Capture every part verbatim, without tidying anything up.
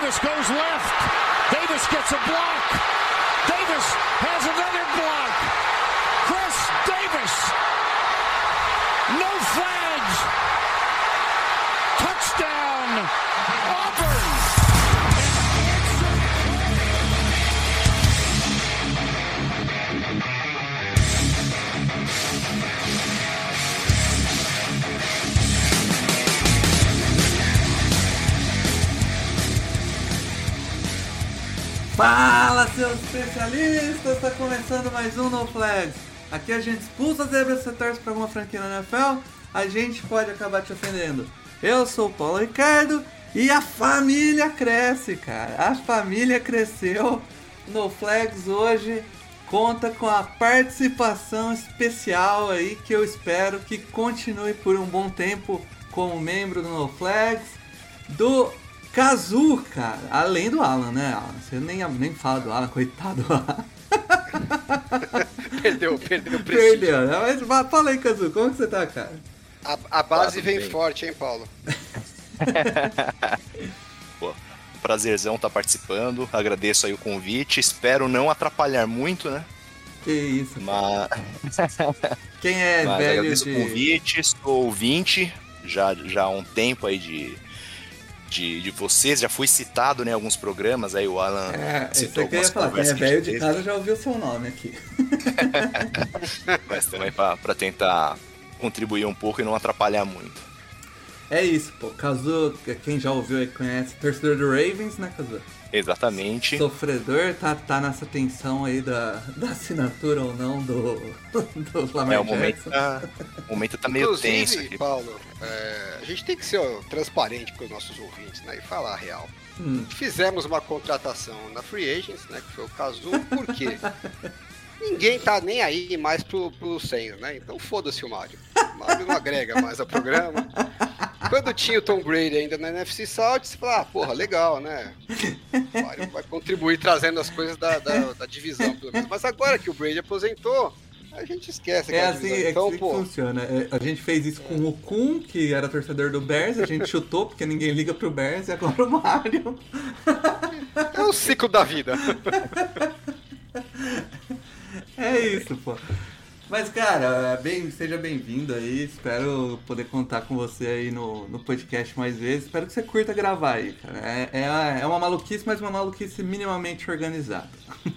Davis goes left. Davis gets a block. Davis has another block. Chris Davis. No flags. Touchdown. Auburn. Fala, seus especialistas! Tá começando mais um No Flags. Aqui a gente expulsa as zebras, você torce pra alguma franquia na N F L, a gente pode acabar te ofendendo. Eu sou o Paulo Ricardo e a família cresce, cara. A família cresceu. No Flags hoje conta com a participação especial aí que eu espero que continue por um bom tempo como membro do No Flags, do Kazu, cara. Além do Alan, né, Alan? Você nem, nem fala do Alan, coitado do Alan. Perdeu, perdeu o prestígio. Perdeu, né? Mas fala aí, Kazu, como que você tá, cara? A, a base ah, vem bem. forte, hein, Paulo? Pô, prazerzão estar participando, agradeço aí o convite, espero não atrapalhar muito, né? Que isso, Mas, quem é mas velho agradeço de... o convite, sou ouvinte, já, já há um tempo aí de... De, de vocês, já fui citado né, em alguns programas, aí o Alan É, isso citou que eu ia algumas falar, quem é conversas que a velho gente de teve. casa já ouviu seu nome aqui. Mas também para tentar contribuir um pouco e não atrapalhar muito. É isso, pô, Kazu, quem já ouviu aí conhece, torcedor do Ravens, né, Kazu? Exatamente. Sofredor, tá, tá nessa tensão aí da, da assinatura ou não do, do Lamar É, o momento Jackson. tá, o momento tá meio Inclusive, tenso aqui. Paulo, é, a gente tem que ser ó, transparente com os nossos ouvintes, né, e falar a real. Hum. Fizemos uma contratação na Free Agents, né, que foi o Kazu, por quê? Ninguém tá nem aí mais pro, pro Saints, né? Então foda-se o Mário. O Mário não agrega mais ao programa. Quando tinha o Tom Brady ainda na N F C South, você fala, ah, porra, legal, né? O Mário vai contribuir trazendo as coisas da, da, da divisão, pelo menos. Mas agora que o Brady aposentou, a gente esquece É aquela assim, divisão. é Então, assim que pô, funciona. É, a gente fez isso com o Kun, que era torcedor do Bears, a gente chutou porque ninguém liga pro Bears, e agora o Mário. é o ciclo da vida. É isso, pô. Mas, cara, bem, seja bem-vindo aí. Espero poder contar com você aí no, no podcast mais vezes. Espero que você curta gravar aí, cara. É, é, é uma maluquice, mas uma maluquice minimamente organizada.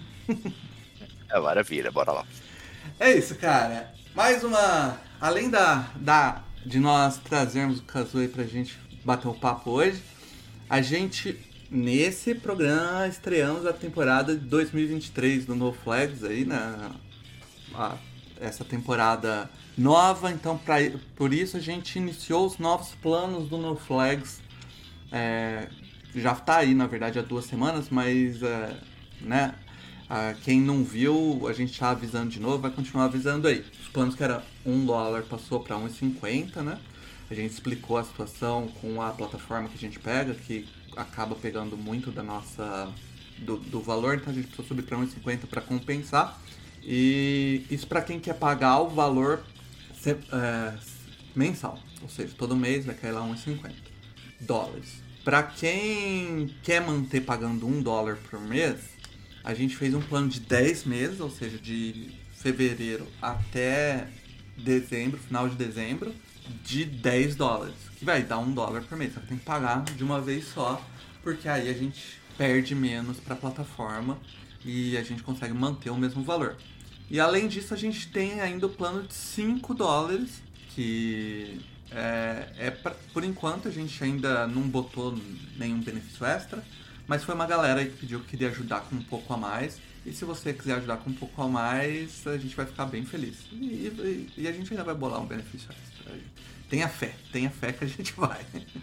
É maravilha, bora lá. É isso, cara. Mais uma... Além da, da, de nós trazermos o Kazu aí pra gente bater um papo hoje, a gente, nesse programa, estreamos a temporada de dois mil e vinte e três do No Flags aí, né? A, essa temporada nova, então pra, por isso a gente iniciou os novos planos do No Flags. É, já tá aí, na verdade, há duas semanas, mas é, né, a, quem não viu, a gente tá avisando de novo, vai continuar avisando aí. Os planos que era um dólar passou para um real e cinquenta, né? A gente explicou a situação com a plataforma que a gente pega, que acaba pegando muito da nossa do, do valor, então a gente precisou subir para um real e cinquenta para compensar. E isso para quem quer pagar o valor é, mensal, ou seja, todo mês vai cair lá um real e cinquenta dólares. Para quem quer manter pagando um dólar por mês, a gente fez um plano de dez meses, ou seja, de fevereiro até dezembro, final de dezembro, de dez dólares, que vai dar um dólar por mês. Só que tem que pagar de uma vez só, porque aí a gente perde menos para a plataforma e a gente consegue manter o mesmo valor. E além disso, a gente tem ainda o plano de cinco dólares, que é, é pra, por enquanto a gente ainda não botou nenhum benefício extra, mas foi uma galera aí que pediu que queria ajudar com um pouco a mais. E se você quiser ajudar com um pouco a mais, a gente vai ficar bem feliz. E, e, e a gente ainda vai bolar um benefício extra. Tenha fé, tenha fé que a gente vai.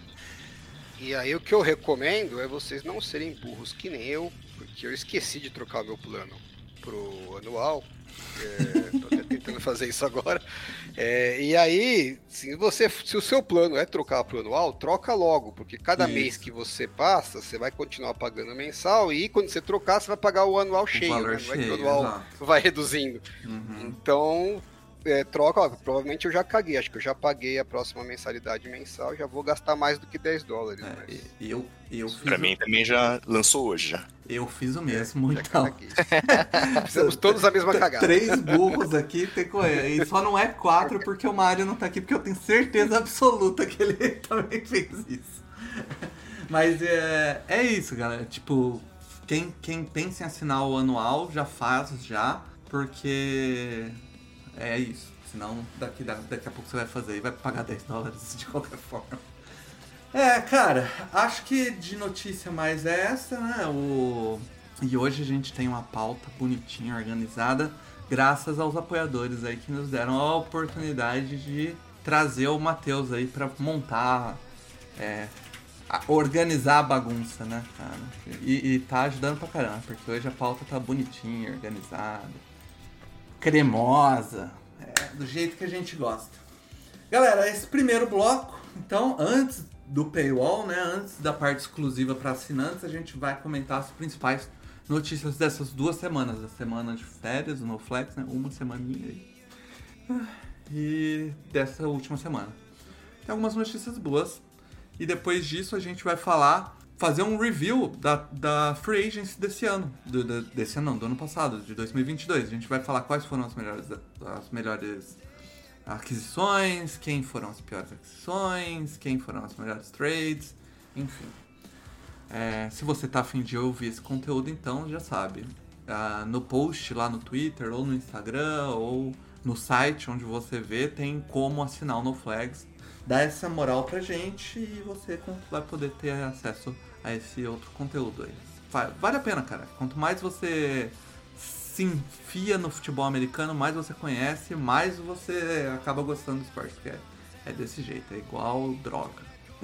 E aí o que eu recomendo é vocês não serem burros que nem eu, porque eu esqueci de trocar o meu plano pro anual. É, tô até tentando fazer isso agora. É, e aí, se, você, se o seu plano é trocar pro anual, troca logo, porque cada isso. mês que você passa, você vai continuar pagando mensal e quando você trocar, você vai pagar o anual cheio, valor né? Não é que cheio, o anual exato. vai reduzindo. Uhum. Então, é, troca, ó, provavelmente eu já caguei, acho que eu já paguei a próxima mensalidade mensal, já vou gastar mais do que dez dólares. É, mas... e- eu, eu fiz Pra o, mim também já lançou hoje, já. eu fiz o mesmo, Já então. caguei. Fizemos todos a mesma cagada. Três burros aqui, tem co- e só não é quatro porque o Mário não tá aqui, porque eu tenho certeza absoluta que ele também fez isso. Mas é, é isso, galera. Tipo, quem, quem pensa em assinar o anual já faz já, porque é isso. Senão daqui, daqui a pouco você vai fazer e vai pagar dez dólares de qualquer forma. É, cara, acho que de notícia mais é essa, né? O... E hoje a gente tem uma pauta bonitinha, organizada, graças aos apoiadores aí que nos deram a oportunidade de trazer o Matheus aí pra montar, é, a- organizar a bagunça, né, cara? E, e tá ajudando pra caramba, porque hoje a pauta tá bonitinha, organizada, cremosa, é, do jeito que a gente gosta. Galera, esse primeiro bloco, então, antes do paywall, né, antes da parte exclusiva para assinantes, a gente vai comentar as principais notícias dessas duas semanas, a semana de férias, o NoFlex, né, uma semaninha aí, e dessa última semana. Tem algumas notícias boas, e depois disso a gente vai falar, fazer um review da, da Free Agency desse ano, do, do- desse ano não, do ano passado, de dois mil e vinte e dois. A gente vai falar quais foram as melhores, as melhores aquisições, quem foram as piores aquisições, quem foram as melhores trades, enfim. É, se você tá afim de ouvir esse conteúdo, então já sabe. Ah, no post lá no Twitter, ou no Instagram, ou no site onde você vê, tem como assinar o NoFlags. Dá essa moral pra gente e você vai poder ter acesso a esse outro conteúdo aí. Va- Vale a pena, cara. Quanto mais você se enfia no futebol americano, mais você conhece, mais você acaba gostando do esporte, porque é, é desse jeito, é igual droga.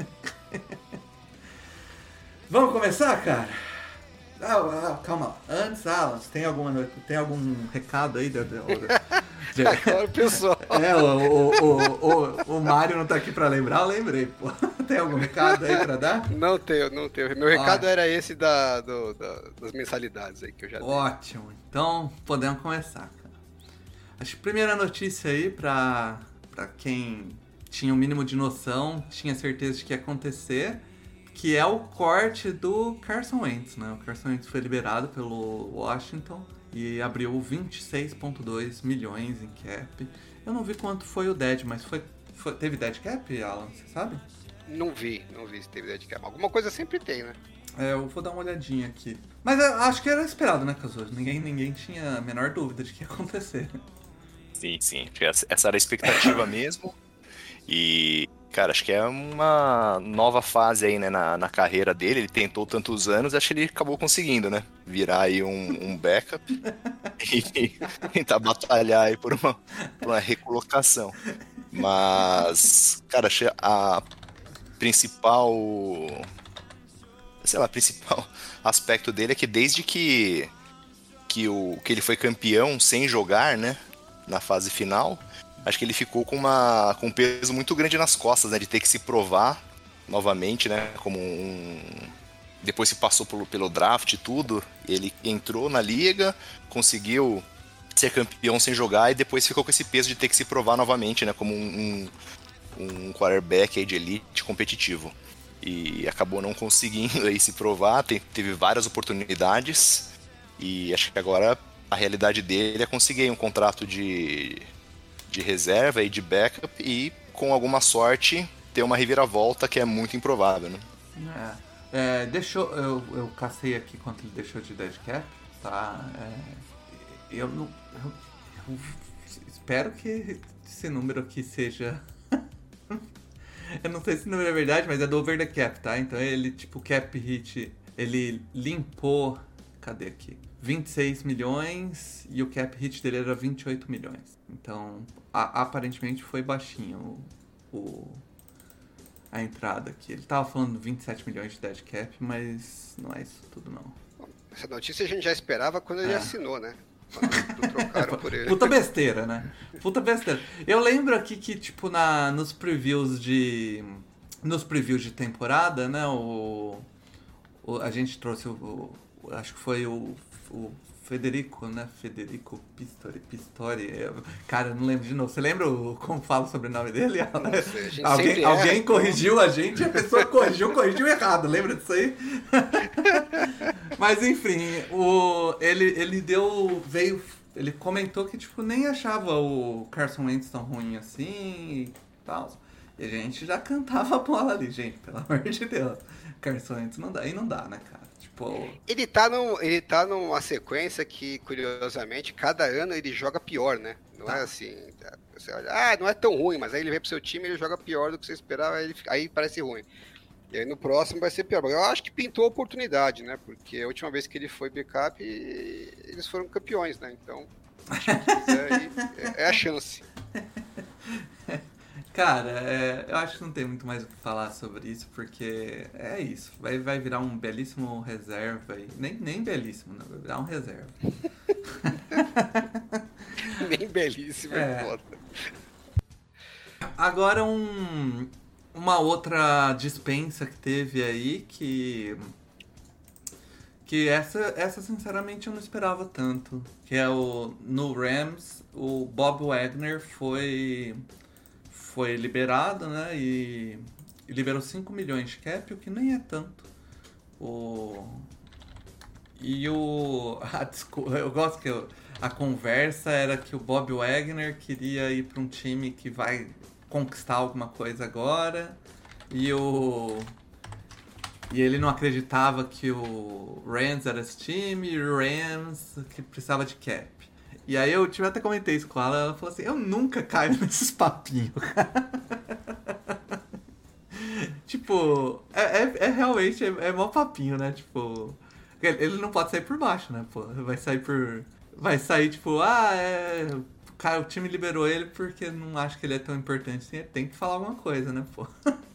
Vamos começar, cara? Ah, ah, calma lá. Antes, Alan, você tem, alguma, no- tem algum recado aí? De, de, de- Agora, pessoal. É, o, o, o, o, o Mário não tá aqui pra lembrar, eu lembrei, pô. Tem algum recado aí pra dar? Não tenho, não tenho. Meu recado era esse da, do- da- das mensalidades aí que eu já dei. Ótimo, então podemos começar, cara. Acho que a primeira notícia aí pra, pra quem tinha o mínimo de noção, tinha certeza de que ia acontecer, que é o corte do Carson Wentz, né? O Carson Wentz foi liberado pelo Washington e abriu vinte e seis vírgula dois milhões em cap. Eu não vi quanto foi o dead, mas foi, foi teve dead cap, Alan, você sabe? Não vi, não vi se teve dead cap. Alguma coisa sempre tem, né? É, eu vou dar uma olhadinha aqui. Mas eu acho que era esperado, né, Cazuza? Ninguém, ninguém tinha a menor dúvida de que ia acontecer. Sim, sim. Essa essa era a expectativa mesmo. E, cara, acho que é uma nova fase aí, né, na, na carreira dele. Ele tentou tantos anos, acho que ele acabou conseguindo, né? Virar aí um, um backup e tentar batalhar aí por uma, por uma recolocação. Mas, cara, achei a principal, sei lá, principal aspecto dele é que desde que, que, o, que ele foi campeão sem jogar, né, na fase final, acho que ele ficou com, uma, com um peso muito grande nas costas, né, de ter que se provar novamente, né, como um... Depois que passou pelo, pelo draft e tudo, ele entrou na liga, conseguiu ser campeão sem jogar e depois ficou com esse peso de ter que se provar novamente, né, como um, um, um quarterback aí de elite competitivo. E acabou não conseguindo aí se provar, te- teve várias oportunidades e acho que agora a realidade dele é conseguir um contrato de, de reserva e de backup e, com alguma sorte, ter uma reviravolta que é muito improvável, né? É. É, deixou, eu, eu cacei aqui quanto ele deixou de dead cap, tá? É, eu não. Eu, eu espero que esse número aqui seja. Eu não sei se esse número é verdade, mas é do over the cap, tá? Então ele, tipo, cap hit, ele limpou. Cadê aqui? vinte e seis milhões e o cap hit dele era vinte e oito milhões. Então, a- aparentemente foi baixinho o. o a entrada aqui. Ele tava falando vinte e sete milhões de dead cap, mas não é isso tudo não. Essa notícia a gente já esperava quando ele É. assinou, né? Quando trocaram por ele. Puta besteira, né? Puta besteira. Eu lembro aqui que, tipo, na, nos previews de... Nos previews de temporada, né? O, o- a gente trouxe o, acho que foi o, o Federico, né? Federico Pistori, Pistori. Cara, eu não lembro de novo. Você lembra o, como fala o sobrenome dele? Não sei, a gente alguém alguém erra, corrigiu então. A gente e a pessoa corrigiu, corrigiu errado. Lembra disso aí? Mas enfim, o, ele, ele deu. Veio. Ele comentou que tipo, nem achava o Carson Wentz tão ruim assim e tal. E a gente já cantava a bola ali, gente, pelo amor de Deus. Carson Wentz não dá. Aí não dá, né, cara? Tipo... Ele tá, no, ele tá numa sequência que, curiosamente, cada ano ele joga pior, né? Não tá. É assim, você olha, ah, não é tão ruim, mas aí ele vem pro seu time e ele joga pior do que você esperava, aí, ele, aí parece ruim. E aí no próximo vai ser pior. Eu acho que pintou a oportunidade, né? Porque a última vez que ele foi backup, eles foram campeões, né? Então, se quiser, aí, é, é a chance. Cara, é, eu acho que não tem muito mais o que falar sobre isso, porque é isso. Vai, vai virar um belíssimo reserva. E, nem, nem belíssimo, não, vai virar um reserva. Nem belíssimo, é foda. Agora um, uma outra dispensa que teve aí, que... Que essa, essa, sinceramente, eu não esperava tanto. Que é o... No Rams, o Bob Wagner foi... Foi liberado, né, e, e liberou cinco milhões de cap, o que nem é tanto. O, e o... A, eu gosto que eu, a conversa era que o Bob Wagner queria ir para um time que vai conquistar alguma coisa agora, e o... E ele não acreditava que o Rams era esse time, e o Rams que precisava de cap. E aí eu tive, até comentei isso com ela, ela falou assim, eu nunca caio nesses papinhos, cara. Tipo, é, é, é realmente, é, é mó papinho, né? Tipo, ele não pode sair por baixo, né, pô? Vai sair por... Vai sair, tipo, ah, é... O, cara, o time liberou ele porque não acha que ele é tão importante assim, ele tem que falar alguma coisa, né, pô?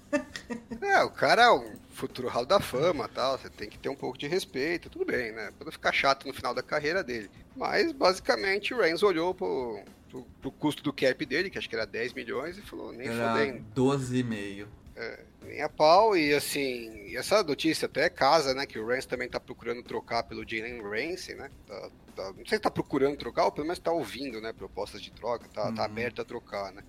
É, o cara é um futuro Hall da Fama e tal, você tem que ter um pouco de respeito, tudo bem, né? Pra não ficar chato no final da carreira dele. Mas, basicamente, o Rams olhou pro, pro, pro custo do cap dele, que acho que era dez milhões, e falou, nem fodendo. doze e meio. É, nem a pau, e assim, e essa notícia até casa, né, que o Rams também tá procurando trocar pelo Jalen Ramsey, né? Tá, tá, não sei se tá procurando trocar, ou pelo menos tá ouvindo, né, propostas de troca, tá, uhum. tá aberto a trocar, né?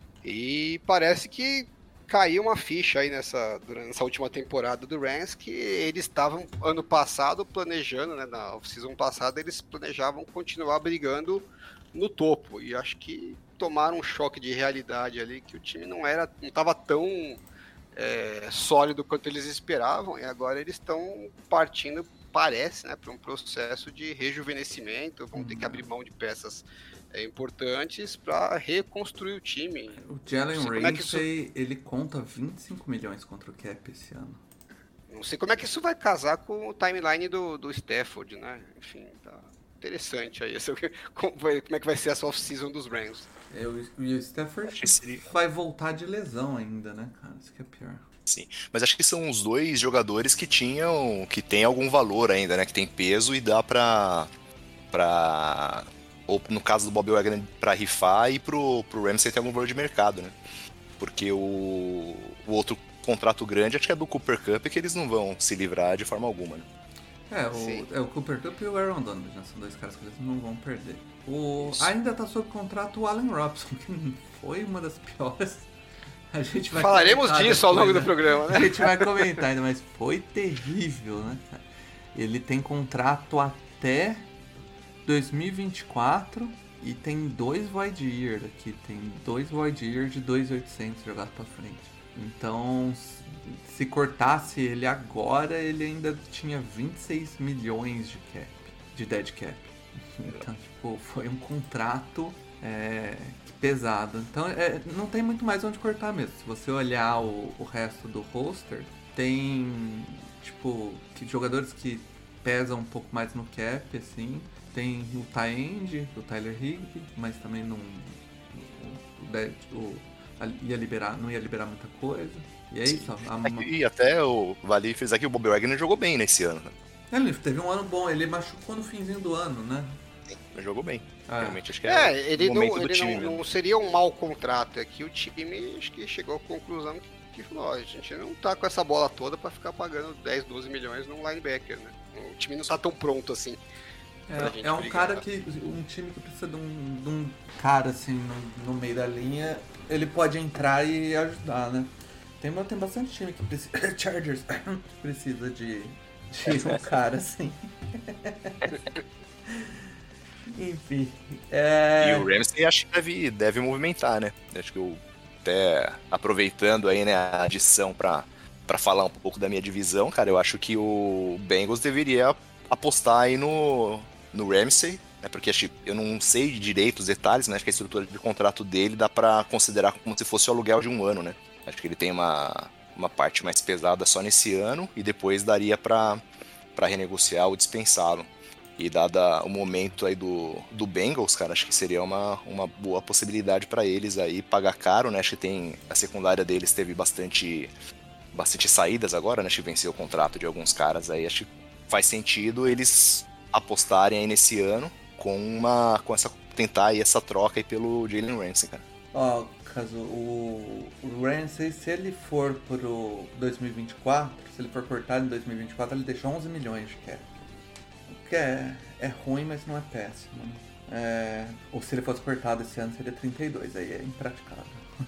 E parece que caiu uma ficha aí nessa, durante essa última temporada do Rams, que eles estavam, ano passado, planejando, né, na off-season passada, eles planejavam continuar brigando no topo, e acho que tomaram um choque de realidade ali, que o time não era, não estava tão é, sólido quanto eles esperavam, e agora eles estão partindo, parece, né, para um processo de rejuvenescimento, vão uhum. ter que abrir mão de peças É, importantes para reconstruir o time. O Jalen Ramsey, é isso... ele conta vinte e cinco milhões contra o cap esse ano. Não sei como é que isso vai casar com o timeline do, do Stafford, né? Enfim, tá interessante aí. Como, vai, como é que vai ser essa off-season dos Rams? É, o, o Stafford seria... vai voltar de lesão ainda, né, cara? Isso que é pior. Sim, mas acho que são os dois jogadores que tinham, que tem algum valor ainda, né? Que tem peso e dá pra... pra... ou no caso do Bob Wagner para rifar e pro, pro Ramsey ter algum valor de mercado, né? Porque o, o outro contrato grande acho que é do Cooper Kupp, que eles não vão se livrar de forma alguma, né? É, o, é o Cooper Kupp e o Aaron Donald, né? São dois caras que eles não vão perder. O, ainda tá sob contrato o Allen Robinson, que foi uma das piores. A gente vai Falaremos disso depois, ao longo, né, do programa, né? A gente vai comentar ainda, mas foi terrível, né, cara? Ele tem contrato até dois mil e vinte e quatro e tem dois void year aqui, tem dois void year de dois mil e oitocentos jogados pra frente. Então, se cortasse ele agora, ele ainda tinha vinte e seis milhões de cap, de dead cap. Então, tipo, foi um contrato é, pesado. Então, é, não tem muito mais onde cortar mesmo. Se você olhar o, o resto do roster, tem, tipo, que jogadores que pesam um pouco mais no cap, assim. Tem o Ty-End, o Tyler Higbee, mas também não, o, o, ia liberar, não ia liberar muita coisa. E é isso. A, e até o Vale fez aqui, o Bob Wagner jogou bem nesse ano. Né? Ele teve um ano bom, ele machucou no finzinho do ano, né? Sim, mas jogou bem. Ah. Realmente acho que é, é ele, o não, momento do ele time não, mesmo. não seria um mau contrato, é que o time acho que chegou à conclusão que que falou, ó, a gente não tá com essa bola toda pra ficar pagando dez, doze milhões num linebacker, né? O time não tá tão pronto assim. É, é um brigar. Cara que, um time que precisa de um, de um cara assim no, no meio da linha, ele pode entrar e ajudar, né? Tem, tem bastante time que precisa, Chargers precisa de, de um cara assim. Enfim. É... E o Ramsey acho que deve, deve movimentar, né? Acho que eu, até aproveitando aí, né, a adição pra, pra falar um pouco da minha divisão, cara, eu acho que o Bengals deveria apostar aí no, no Ramsey, né? Porque acho que eu não sei direito os detalhes, mas acho que a estrutura de contrato dele dá pra considerar como se fosse o aluguel de um ano, né? Acho que ele tem uma, uma parte mais pesada só nesse ano e depois daria pra, pra renegociar ou dispensá-lo. E dada o momento aí do, do Bengals, cara, acho que seria uma, uma boa possibilidade para eles aí pagar caro, né? Acho que tem a secundária deles teve bastante, bastante saídas agora, né? Acho que venceu o contrato de alguns caras aí. Acho que faz sentido eles apostarem aí nesse ano com uma com essa tentar aí essa troca aí pelo Jalen Ramsey, cara. Ó, caso o, o Ramsey, se ele for pro dois mil e vinte e quatro, se ele for cortado em dois mil e vinte e quatro, ele deixou onze milhões de cap. Que é, é ruim, mas não é péssimo. É, ou se ele fosse cortado esse ano, seria trinta e dois, aí é impraticável.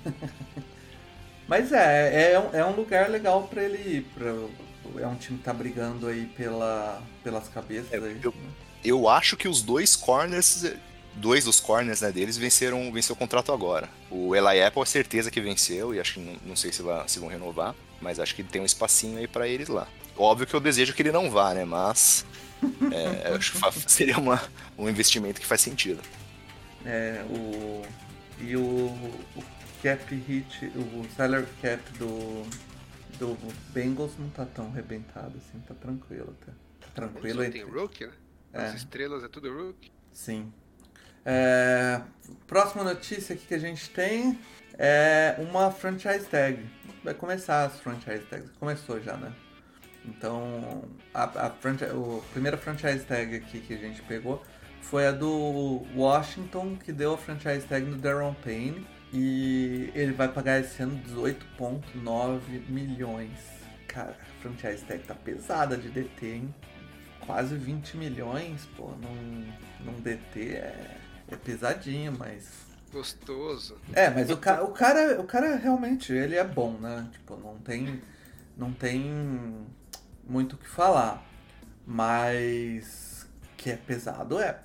Mas é, é, é um lugar legal pra ele ir. Pra, é um time que tá brigando aí pela, pelas cabeças. É, aí, eu, né? eu acho que os dois corners, dois dos corners, né, deles venceram venceu o contrato agora. O Eli Apple é certeza que venceu, e acho que não, não sei se, vai, se vão renovar, mas acho que tem um espacinho aí pra eles lá. Óbvio que eu desejo que ele não vá, né, mas... É, eu acho que seria uma, um investimento que faz sentido. É, o... E o, o cap hit, o salary cap do, do Bengals não tá tão arrebentado assim, tá tranquilo até. Tá tranquilo aí. Tem rookie, né? As é. estrelas é tudo rookie. Sim. É, próxima notícia aqui que a gente tem é uma franchise tag. Vai começar as franchise tags. Começou já, né? Então, a, a, franchise, a primeira franchise tag aqui que a gente pegou foi a do Washington, que deu a franchise tag no Daron Payne. E ele vai pagar esse ano dezoito vírgula nove milhões. Cara, a franchise tag tá pesada de D T, hein? Quase vinte milhões, pô, num, num D T é, é pesadinho, mas... Gostoso. É, mas o, ca, o, cara, o cara realmente, ele é bom, né? Tipo, não tem... Não tem... muito o que falar, mas que é pesado é.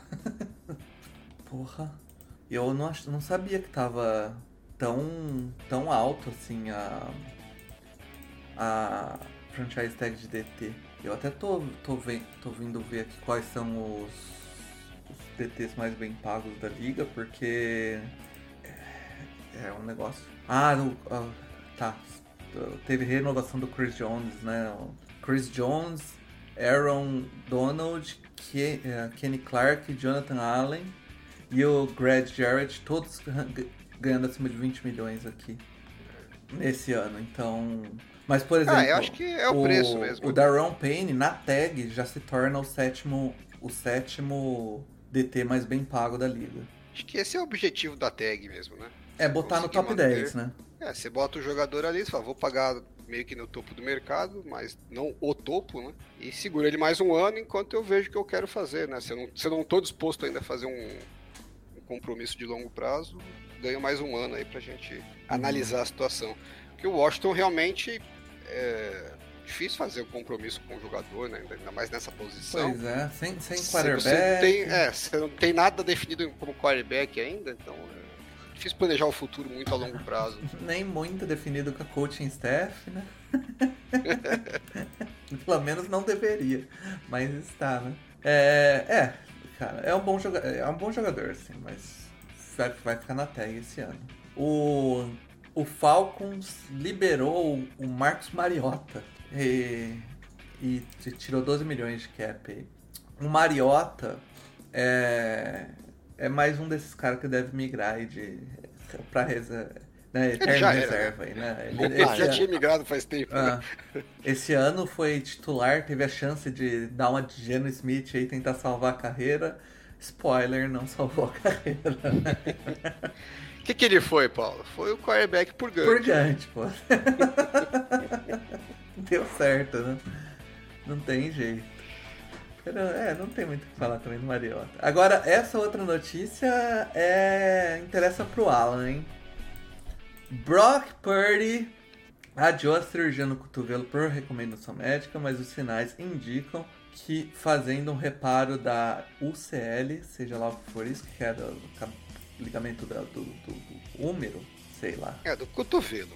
Porra, eu não, não sabia que tava tão, tão alto assim a, a franchise tag de D T. Eu até tô, tô, ve, tô vindo ver aqui quais são os, os D Ts mais bem pagos da liga, porque é, é um negócio... Ah, no, uh, tá, teve renovação do Chris Jones, né? Chris Jones, Aaron Donald, Ke- uh, Kenny Clark, Jonathan Allen e o Greg Jarrett, todos ganhando acima de vinte milhões aqui nesse ano. Então, mas por exemplo, ah, eu acho que é o, o preço mesmo. O Daron Payne na tag já se torna o sétimo, o sétimo D T mais bem pago da liga. Acho que esse é o objetivo da tag mesmo, né? É botar no top manter. dez, né? É, você bota o jogador ali, você fala, vou pagar meio que no topo do mercado, mas não o topo, né? E segura ele mais um ano enquanto eu vejo o que eu quero fazer, né? Se eu não, se eu não tô disposto ainda a fazer um, um compromisso de longo prazo, ganho mais um ano aí pra gente uhum. analisar a situação. Porque o Washington realmente é difícil fazer um compromisso com o jogador, né? Ainda mais nessa posição. Pois é, sem, sem quarterback. Você tem, é, você não tem nada definido como quarterback ainda, então... É difícil planejar o futuro muito a longo prazo. Nem muito definido com a coaching staff, né? Pelo menos não deveria, mas está, né? É, é cara, é um bom jogador, é um bom jogador, assim, mas vai, vai ficar na tag esse ano. O, o Falcons liberou o Marcus Mariota e, e tirou doze milhões de cap aí. O Mariota é... É mais um desses caras que deve migrar aí de, pra reserva, né, eterna reserva aí, né? Ele, ele já tinha migrado faz tempo, ah, né? Esse ano foi titular, teve a chance de dar uma de Geno Smith aí, tentar salvar a carreira. Spoiler, não salvou a carreira. O que, que ele foi, Paulo? Foi o quarterback purgante. Purgante, pô. Deu certo, né? Não tem jeito. É, não tem muito o que falar também do Mariota. Agora, essa outra notícia é... interessa pro Alan, hein? Brock Purdy adiou a cirurgia no cotovelo por recomendação médica, mas os sinais indicam que fazendo um reparo da U C L, seja lá o que for isso, que é do, do ligamento do, do, do, do húmero, sei lá. É, do cotovelo.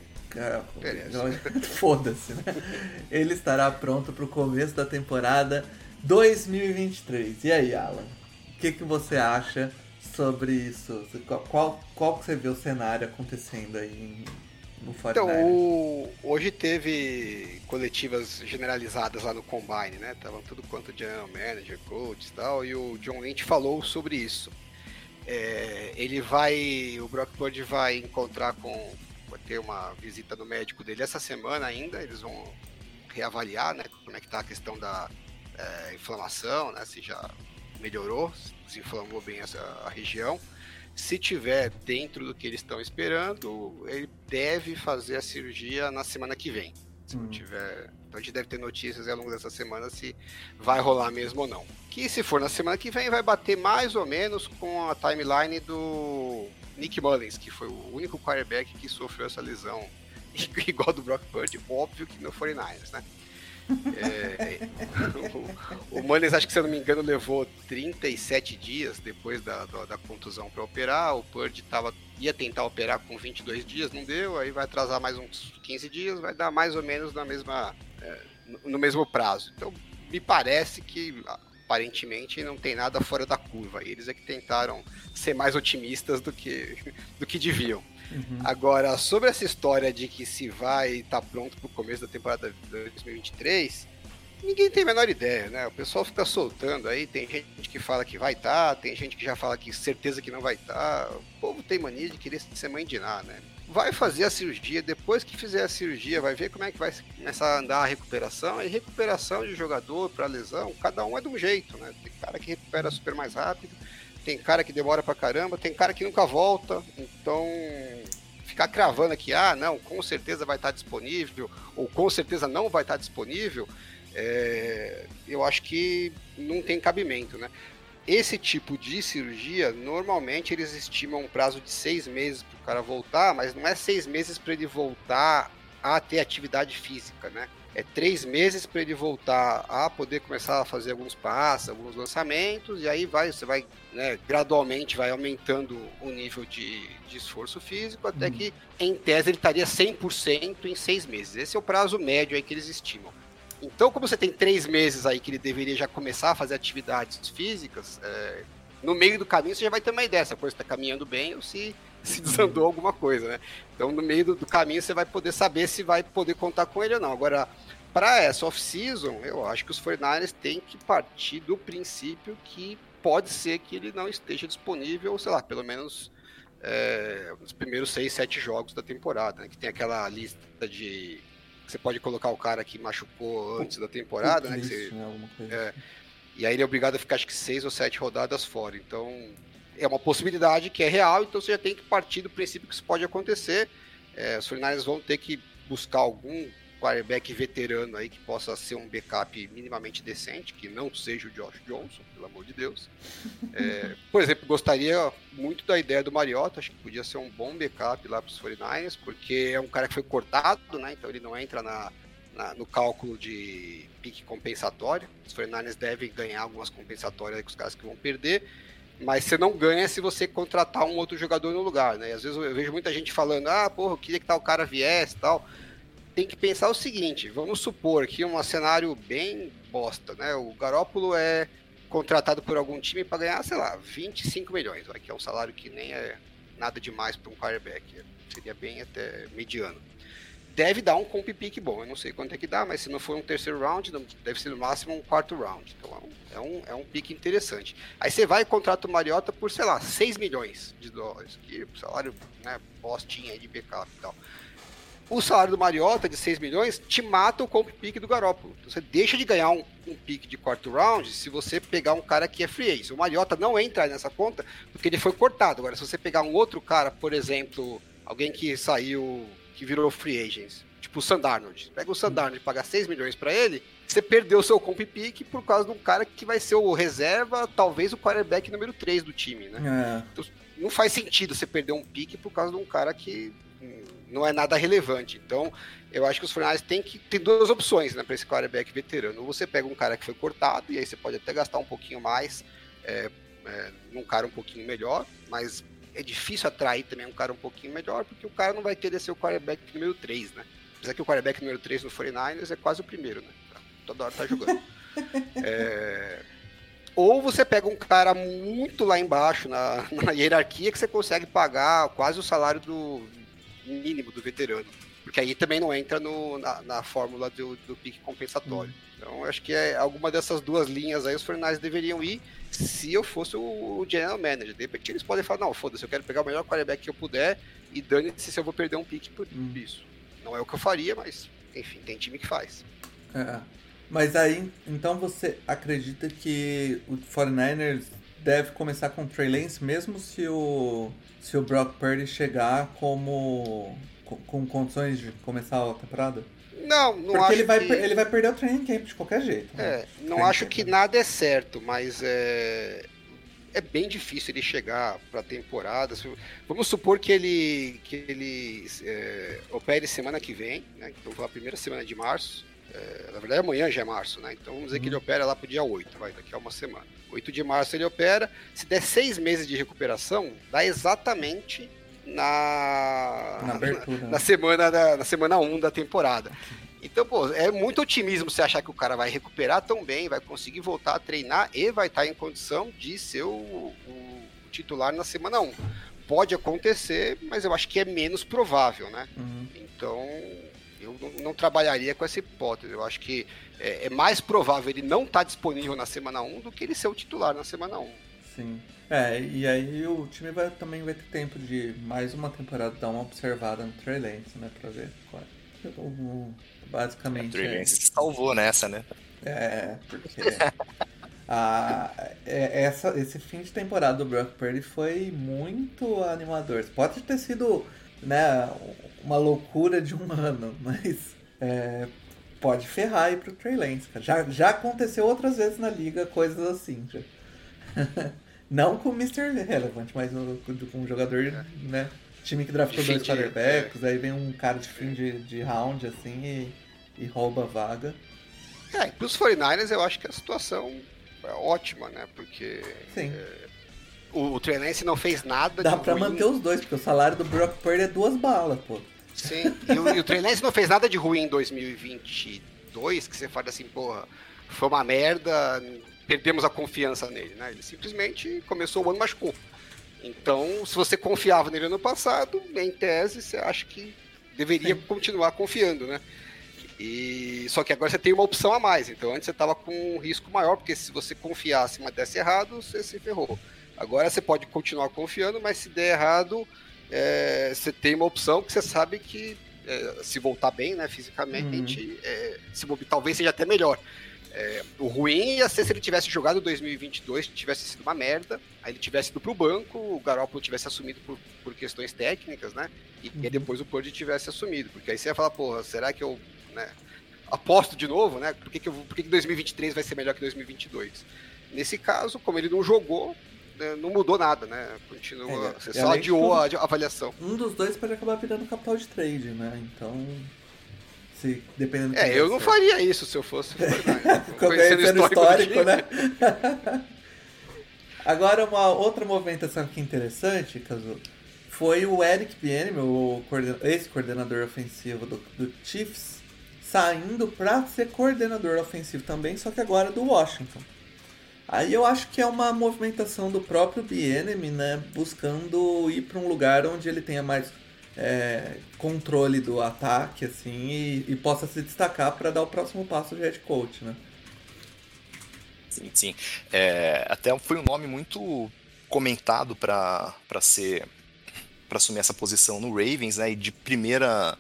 É, foda-se, né? Ele estará pronto pro começo da temporada dois mil e vinte e três. E aí, Alan? O que, que você acha sobre isso? Qual, qual que você vê o cenário acontecendo aí no Então, o... hoje teve coletivas generalizadas lá no Combine, né? Estavam tudo quanto general manager, coach e tal, e o John Lynch falou sobre isso. É, ele vai, o Brock Purdy vai encontrar com, vai ter uma visita no médico dele essa semana ainda, eles vão reavaliar, né? Como é que tá a questão da é, inflamação, né? Se já melhorou, se desinflamou bem essa a região. Se tiver dentro do que eles estão esperando, ele deve fazer a cirurgia na semana que vem. Se hum. não tiver... Então a gente deve ter notícias ao longo dessa semana se vai rolar mesmo ou não. Que se for na semana que vem, vai bater mais ou menos com a timeline do Nick Mullins, que foi o único quarterback que sofreu essa lesão igual do Brock Purdy, óbvio que no quarenta e nine ers, né? É, o, o Mullins, acho que se eu não me engano, levou trinta e sete dias depois da, da, da contusão para operar. O Purdy tava, ia tentar operar com vinte e dois dias, não deu, aí vai atrasar mais uns quinze dias, vai dar mais ou menos na mesma, é, no, no mesmo prazo. Então me parece que aparentemente não tem nada fora da curva. Eles é que tentaram ser mais otimistas do que, do que deviam. Uhum. Agora, sobre essa história de que se vai estar tá pronto para o começo da temporada de dois mil e vinte e três, ninguém tem a menor ideia, né? O pessoal fica soltando aí, tem gente que fala que vai estar, tá, tem gente que já fala que certeza que não vai estar. Tá. O povo tem mania de querer ser mãe de nada, né? Vai fazer a cirurgia, depois que fizer a cirurgia, vai ver como é que vai começar a andar a recuperação. E recuperação de jogador para lesão, cada um é de um jeito, né? Tem cara que recupera super mais rápido, tem cara que demora pra caramba, tem cara que nunca volta, então ficar cravando aqui, ah, não, com certeza vai estar disponível, ou com certeza não vai estar disponível, é, eu acho que não tem cabimento, né? Esse tipo de cirurgia, normalmente eles estimam um prazo de seis meses para o cara voltar, mas não é seis meses para ele voltar a ter atividade física, né? É três meses para ele voltar a poder começar a fazer alguns passos, alguns lançamentos, e aí vai, você vai, né, gradualmente vai aumentando o nível de, de esforço físico, até hum. que, em tese, ele estaria cem por cento em seis meses. Esse é o prazo médio aí que eles estimam. Então, como você tem três meses aí que ele deveria já começar a fazer atividades físicas, é, no meio do caminho você já vai ter uma ideia se a coisa está caminhando bem ou se, se desandou alguma coisa, né? Então, no meio do, do caminho você vai poder saber se vai poder contar com ele ou não. Agora, para essa off-season, eu acho que os quarenta e nine ers têm que partir do princípio que pode ser que ele não esteja disponível, sei lá, pelo menos é, nos primeiros seis, sete jogos da temporada, né? Que tem aquela lista de... Você pode colocar o cara que machucou antes da temporada, né? Que você, é, e aí ele é obrigado a ficar, acho que, seis ou sete rodadas fora. Então, é uma possibilidade que é real, então você já tem que partir do princípio que isso pode acontecer. É, os quarenta e nine ers vão ter que buscar algum quarterback veterano aí que possa ser um backup minimamente decente, que não seja o Josh Johnson, pelo amor de Deus. É, por exemplo, gostaria muito da ideia do Mariota, acho que podia ser um bom backup lá para os quarenta e nine ers, porque é um cara que foi cortado, né? Então ele não entra na, na, no cálculo de pique compensatório. Os quarenta e nine ers devem ganhar algumas compensatórias aí com os caras que vão perder, mas você não ganha se você contratar um outro jogador no lugar, né? E às vezes eu vejo muita gente falando, ah, porra, eu queria que tal cara viesse e tal. Tem que pensar o seguinte, vamos supor que um cenário bem bosta, né? O Garoppolo é contratado por algum time para ganhar, sei lá, vinte e cinco milhões, vai, que é um salário que nem é nada demais para um quarterback, seria bem até mediano. Deve dar um comp pick bom, eu não sei quanto é que dá, mas se não for um terceiro round, deve ser no máximo um quarto round, então é um, é um pick interessante. Aí você vai e contrata o Mariota por, sei lá, seis milhões de dólares, que é um salário, né, bostinha aí de backup e tal. o salário do Mariota de seis milhões te mata o comp pick do Garoppolo. Você deixa de ganhar um, um pick de quarto round se você pegar um cara que é free agent. O Mariota não entra nessa conta porque ele foi cortado. Agora, se você pegar um outro cara, por exemplo, alguém que saiu, que virou free agent, tipo o Sam Darnold. Pega o Sam Darnold e paga seis milhões para ele, você perdeu o seu comp pick por causa de um cara que vai ser o reserva, talvez o quarterback número três do time, né? É. Então, não faz sentido você perder um pick por causa de um cara que não é nada relevante. Então, eu acho que os forty-niners têm que ter duas opções, né, para esse quarterback veterano. Ou você pega um cara que foi cortado, e aí você pode até gastar um pouquinho mais é, é, num cara um pouquinho melhor, mas é difícil atrair também um cara um pouquinho melhor, porque o cara não vai querer ser o quarterback número três, né? Apesar que o quarterback número três no forty-niners é quase o primeiro, né? Toda hora tá jogando. é... Ou você pega um cara muito lá embaixo na, na hierarquia que você consegue pagar quase o salário do mínimo do veterano. Porque aí também não entra no, na, na fórmula do, do pique compensatório. Hum. Então, eu acho que é alguma dessas duas linhas aí os forty-niners deveriam ir se eu fosse o, o general manager. De repente eles podem falar, não, foda-se, eu quero pegar o melhor quarterback que eu puder e dane-se se eu vou perder um pique por hum. isso. Não é o que eu faria, mas, enfim, tem time que faz. É. Mas aí, então você acredita que o forty-niners deve começar com o Trey Lance, mesmo se o, se o Brock Purdy chegar como com, com condições de começar a temporada? Não, não Porque acho ele vai, que... ele vai perder o training camp de qualquer jeito. Né? É, não acho que nada é certo, mas é... é bem difícil ele chegar para a temporada. Vamos supor que ele, que ele é, opere semana que vem, né? Então, a primeira semana de março. É, na verdade, amanhã já é março, né? Então, vamos dizer uhum. que ele opera lá pro dia oito, vai, daqui a uma semana. oito de março ele opera. Se der seis meses de recuperação, dá exatamente na, na, abertura, na, né? na semana da, na semana um da temporada. Então, pô, é muito otimismo você achar que o cara vai recuperar tão bem, vai conseguir voltar a treinar e vai estar em condição de ser o, o titular na semana um. Pode acontecer, mas eu acho que é menos provável, né? Uhum. Então, eu não, não trabalharia com essa hipótese. Eu acho que é, é mais provável ele não estar disponível na semana um do que ele ser o titular na semana um. Sim. É, e aí o time vai, também vai ter tempo de mais uma temporada dar uma observada no Trey Lance, né? Pra ver qual é o... Basicamente. O Trey Lance se salvou nessa, né? É, porque a, é, essa, esse fim de temporada do Brock Purdy foi muito animador. Pode ter sido, né, uma loucura de um ano, mas é, pode ferrar aí pro Trey Lance, cara. Já, já aconteceu outras vezes na liga coisas assim, já. Não com o mister Relevant, mas com um jogador, né? Time que draftou dois quarterbacks, é. Aí vem um cara de fim de, de round, assim, e, e rouba a vaga. É, e pros forty-niners eu acho que a situação é ótima, né? Porque Sim. É, o, o Trey Lance não fez nada Dá de pra ruim. manter os dois, porque o salário do Brock Purdy é duas balas, pô. Sim, e o, e o Trey Lance não fez nada de ruim em dois mil e vinte e dois, que você fala assim, porra, foi uma merda, perdemos a confiança nele, né? Ele simplesmente começou o ano e machucou. Então, se você confiava nele ano passado, em tese, você acha que deveria Sim. continuar confiando, né? E... Só que agora você tem uma opção a mais. Então, antes você estava com um risco maior, porque se você confiasse, mas desse errado, você se ferrou. Agora você pode continuar confiando, mas se der errado, é... você tem uma opção que você sabe que, é... se voltar bem, né, fisicamente, uhum. é... se... talvez seja até melhor. É, o ruim ia ser se ele tivesse jogado dois mil e vinte e dois, tivesse sido uma merda, aí ele tivesse ido pro banco, o Garoppolo tivesse assumido por, por questões técnicas, né? E, uhum. e depois o Purdy tivesse assumido. Porque aí você ia falar, porra, será que eu né, aposto de novo, né? Por que, que, eu, por que, que dois mil e vinte e três vai ser melhor que dois mil e vinte e dois? Nesse caso, como ele não jogou, né, não mudou nada, né? Continua, é, você só adiou a, a avaliação. Um dos dois pode acabar virando capital de trade, né? Então... Se, dependendo do é, eu não ser. faria isso se eu fosse conhecendo o histórico, né? Agora, uma outra movimentação aqui interessante, Kazu, foi o Eric Bieniemy, o ex-coordenador ofensivo do, do Chiefs, saindo para ser coordenador ofensivo também, só que agora do Washington. Aí eu acho que é uma movimentação do próprio Bieniemy, né? Buscando ir para um lugar onde ele tenha mais... É, controle do ataque assim e, e possa se destacar para dar o próximo passo de head coach, né? Sim, sim. É, até foi um nome muito comentado para ser para assumir essa posição no Ravens, né? E de primeira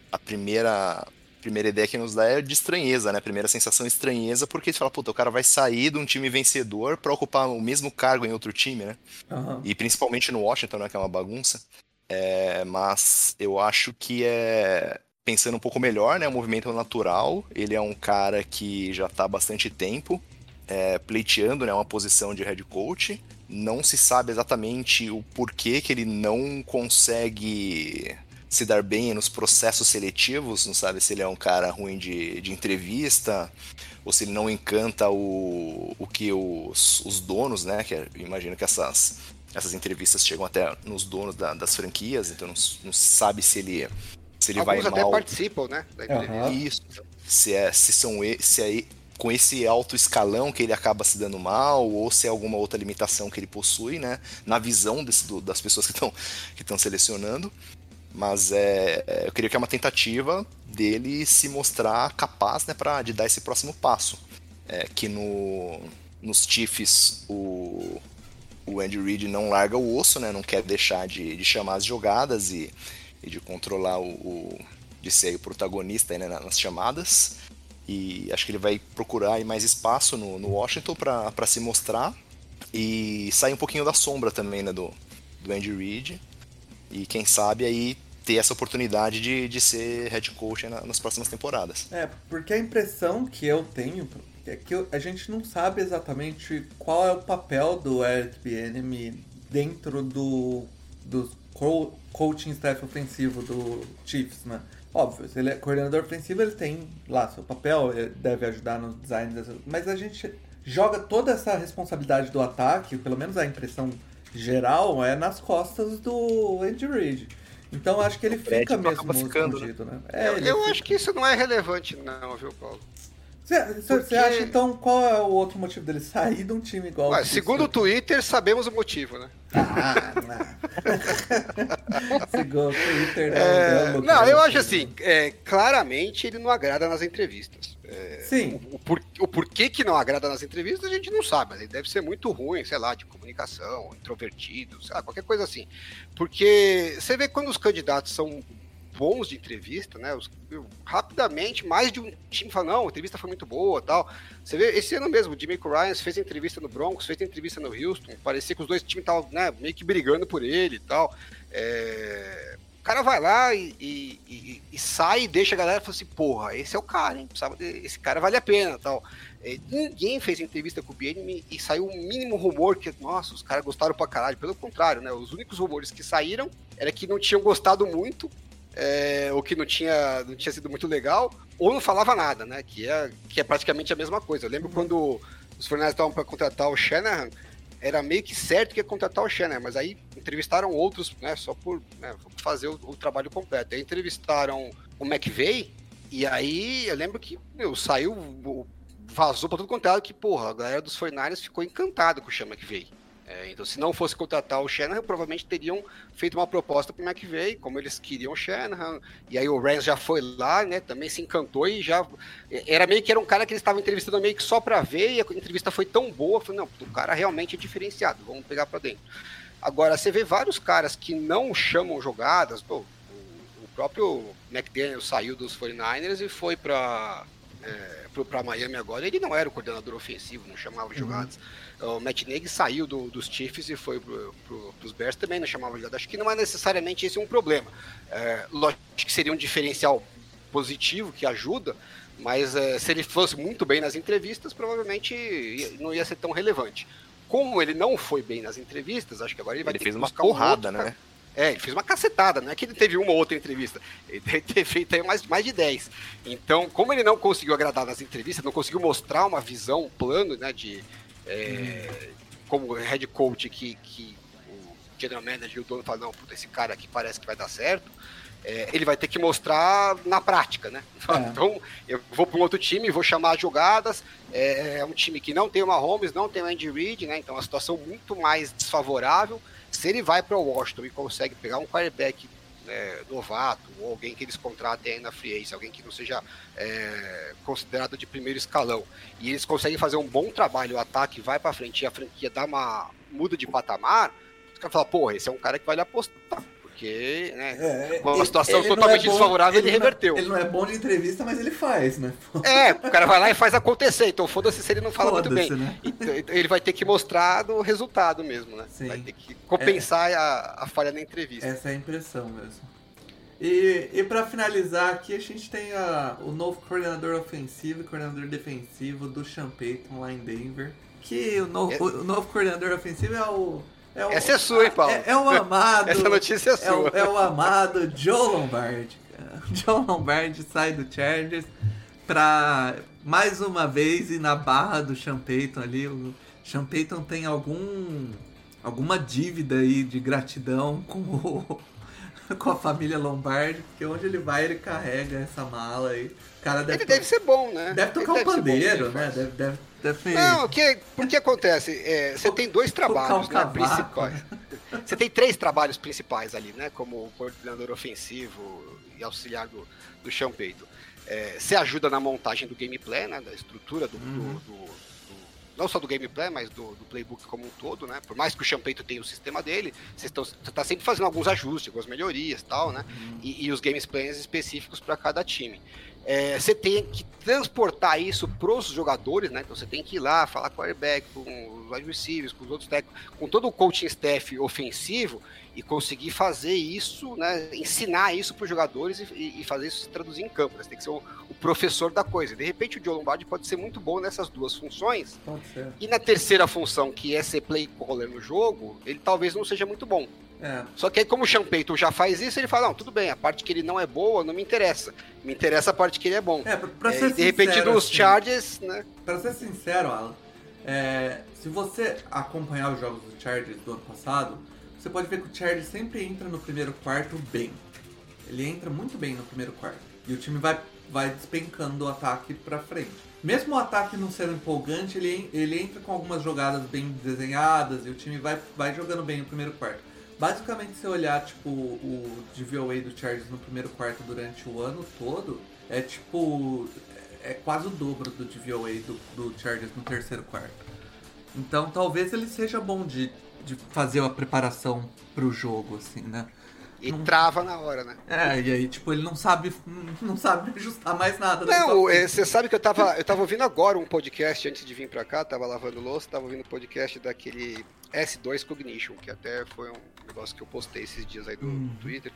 a primeira, primeira ideia que nos dá é de estranheza, né? A primeira sensação de estranheza, porque você fala, puta, o cara vai sair de um time vencedor pra ocupar o mesmo cargo em outro time, né? Aham. E principalmente no Washington, né, que é uma bagunça. É, mas eu acho que é, pensando um pouco melhor, né, o movimento natural. Ele é um cara que já está há bastante tempo é, pleiteando, né, uma posição de head coach. Não se sabe exatamente o porquê que ele não consegue se dar bem nos processos seletivos. Não sabe se ele é um cara ruim de, de entrevista ou se ele não encanta o, o que os, os donos, né, que é, imagino que essas... Essas entrevistas chegam até nos donos da, das franquias, então não, não sabe se ele, se ele vai Alguns mal. até participam, né? Da entrevista. Isso. Se é, se são, se é com esse alto escalão que ele acaba se dando mal, ou se é alguma outra limitação que ele possui, né? Na visão desse, do, das pessoas que estão que estão selecionando. Mas é, eu queria que é uma tentativa dele se mostrar capaz, né, pra, de dar esse próximo passo. É, que no, nos Chiefs o. O Andy Reid não larga o osso, né? Não quer deixar de, de chamar as jogadas e, e de controlar o, o... de ser o protagonista aí, né, nas chamadas. E acho que ele vai procurar aí mais espaço no, no Washington para se mostrar. E sair um pouquinho da sombra também, né, do, do Andy Reid. E quem sabe aí ter essa oportunidade de, de ser head coach na, nas próximas temporadas. É, porque a impressão que eu tenho é que a gente não sabe exatamente qual é o papel do Eric Bieniemy dentro do, do co- coaching staff ofensivo do Chiefs, né? Óbvio, se ele é coordenador ofensivo, ele tem lá seu papel, ele deve ajudar no design, dessa, mas a gente joga toda essa responsabilidade do ataque, pelo menos a impressão geral, é nas costas do Andy Reid. Então acho que ele fica mesmo escondido, né? É, eu eu fica... acho que isso não é relevante não, viu, Paulo? Você Porque... acha, então, qual é o outro motivo dele sair de um time igual Ué, ao segundo o Twitter, sabemos o motivo, né? Ah, não. Segundo o Twitter, não. É, não, não, eu acho assim, é, claramente ele não agrada nas entrevistas. É, Sim. O, o, por, o porquê que não agrada nas entrevistas a gente não sabe, mas ele deve ser muito ruim, sei lá, de comunicação, introvertido, sei lá, qualquer coisa assim. Porque você vê quando os candidatos são bons de entrevista, né? Os, eu, rapidamente, mais de um time fala, não, a entrevista foi muito boa, tal. Você vê, esse ano mesmo, o DeMeco Ryans fez entrevista no Broncos, fez entrevista no Houston, parecia que os dois times estavam, né, meio que brigando por ele e tal. É, o cara vai lá e, e, e, e sai e deixa a galera e fala assim, porra, esse é o cara, hein? Esse cara vale a pena, tal. É, ninguém fez entrevista com o Bieniemy e saiu um mínimo rumor que, nossa, os caras gostaram pra caralho. Pelo contrário, né? Os únicos rumores que saíram era que não tinham gostado muito, É, ou que não tinha, não tinha sido muito legal, ou não falava nada, né? Que é, que é praticamente a mesma coisa. Eu lembro quando os Fornais estavam para contratar o Shanahan, era meio que certo que ia contratar o Shanahan, mas aí entrevistaram outros, né? Só por né, fazer o, o trabalho completo. Aí entrevistaram o McVay, e aí eu lembro que meu, saiu, vazou para todo quanto é lado que, porra, a galera dos Fornais ficou encantada com o Sean McVay. É, então, se não fosse contratar o Shanahan, provavelmente teriam feito uma proposta para o McVay, como eles queriam o Shanahan, e aí o Rams já foi lá, né, também se encantou e já... Era meio que era um cara que eles estavam entrevistando meio que só para ver, e a entrevista foi tão boa, falei, não, o cara realmente é diferenciado, vamos pegar para dentro. Agora, você vê vários caras que não chamam jogadas, pô, o próprio McDaniel saiu dos forty-niners e foi para... É, para Miami agora, ele não era o coordenador ofensivo, não chamava uhum. jogadas. O Matt Nagy saiu do, dos Chiefs e foi para pro, os Bears, também não chamava jogadas. Acho que não é necessariamente esse um problema. É, lógico que seria um diferencial positivo que ajuda, mas é, se ele fosse muito bem nas entrevistas, provavelmente ia, não ia ser tão relevante. Como ele não foi bem nas entrevistas, acho que agora ele vai ele ter fez que uma buscar porrada, um outro, né? É, ele fez uma cacetada, não é que ele teve uma ou outra entrevista, ele deve ter feito aí mais, mais de dez. Então, como ele não conseguiu agradar nas entrevistas, não conseguiu mostrar uma visão, um plano, né, de é, hum. como head coach que, que o general manager e o dono falam, não, puta, esse cara aqui parece que vai dar certo, é, ele vai ter que mostrar na prática, né? É. Então, eu vou para um outro time, vou chamar as jogadas, é, é um time que não tem o Mahomes, não tem o Andy Reid, né? Então, é uma situação muito mais desfavorável. Se ele vai para o Washington e consegue pegar um quarterback é, novato, ou alguém que eles contratem aí na free agency, alguém que não seja é, considerado de primeiro escalão, e eles conseguem fazer um bom trabalho, o ataque vai para frente e a franquia dá uma muda de patamar, os caras falam, porra, esse é um cara que vale apostar, porque porque, né, É, uma ele- situação ele não totalmente é bom- desfavorável, ele, não- reverteu. Ele não é bom de entrevista, mas ele faz, né? É, o cara vai lá e faz acontecer, então foda-se se ele não fala muito bem. Foda-se, né? Então, ele vai ter que mostrar do resultado mesmo, né? Sim. Vai ter que compensar a, a falha na entrevista. Essa é a impressão mesmo. E, e pra finalizar aqui, a gente tem a, o novo coordenador ofensivo e coordenador defensivo do Sean Payton lá em Denver. Que o novo, É- o, o novo coordenador ofensivo é o... É o Essa é sua, hein, Paulo? É, é o amado... Essa notícia é é o, sua. é o amado Joe Lombardi. cara. O Joe Lombardi sai do Chargers pra, mais uma vez, ir na barra do Sean Payton ali. O Sean Payton tem algum... alguma dívida aí de gratidão com o... com a família Lombardi, porque onde ele vai ele carrega essa mala aí. O cara deve, Ele deve ser bom, né? deve tocar Ele um deve ser bom no que pandeiro, ele né? faz. Deve, deve, deve... Não, que, porque acontece, é, você tem dois trabalhos, Tocar né, um cavaco, principais. Você tem três trabalhos principais ali, né? Como coordenador ofensivo e auxiliar do, do Sean Payton. É, você ajuda na montagem do gameplay, né? Da estrutura do, Uhum. do, do, do não só do gameplay, mas do, do playbook como um todo, né? Por mais que o Sean Payton tenha o sistema dele, você está sempre fazendo alguns ajustes, algumas melhorias e tal, né? Uhum. E, e os gameplays específicos para cada time. É, você tem que transportar isso para os jogadores, né? Então você tem que ir lá, falar com o quarterback, com os wide receivers, com os outros técnicos, com todo o coaching staff ofensivo e conseguir fazer isso, né? Ensinar isso para os jogadores e, e fazer isso se traduzir em campo. Né? Você tem que ser o, o professor da coisa. De repente o Joe Lombardi pode ser muito bom nessas duas funções. Pode ser. E na terceira função, que é ser play caller no jogo, ele talvez não seja muito bom. É. Só que aí, como o Sean Payton já faz isso, ele fala, não, tudo bem, a parte que ele não é boa não me interessa. Me interessa a parte que ele é bom. É, pra, pra É, ser e de repente sincero, nos assim, Chargers, né? Pra ser sincero, Alan, é, se você acompanhar os jogos do Chargers do ano passado, você pode ver que o Chargers sempre entra no primeiro quarto bem. Ele entra muito bem no primeiro quarto. E o time vai, vai despencando o ataque pra frente. Mesmo o ataque não sendo empolgante, ele, ele entra com algumas jogadas bem desenhadas e o time vai, vai jogando bem no primeiro quarto. Basicamente, se você olhar tipo, o D V O A do Chargers no primeiro quarto durante o ano todo, é tipo... é quase o dobro do D V O A do, do Chargers no terceiro quarto. Então talvez ele seja bom de, de fazer a preparação pro jogo, assim, né? E Não- trava na hora, né? É, e aí, tipo, ele não sabe, não sabe ajustar mais nada. daí Não, pra é, frente. você sabe que eu tava, eu tava ouvindo agora um podcast antes de vir pra cá, tava lavando louça, tava ouvindo um podcast daquele S dois Cognition, que até foi um negócio que eu postei esses dias aí do Uhum. Twitter.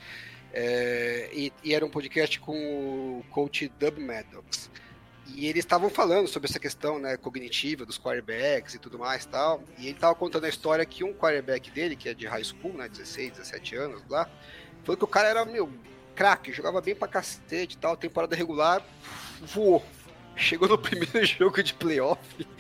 É, e, e era um podcast com o coach Dub Maddox. E eles estavam falando sobre essa questão, né, cognitiva dos quarterbacks e tudo mais e tal. E ele tava contando a história que um quarterback dele, que é de high school, né, dezesseis, dezessete anos lá, falou que o cara era, meu, craque, jogava bem pra cacete e tal, temporada regular, voou. Chegou no primeiro jogo de playoff,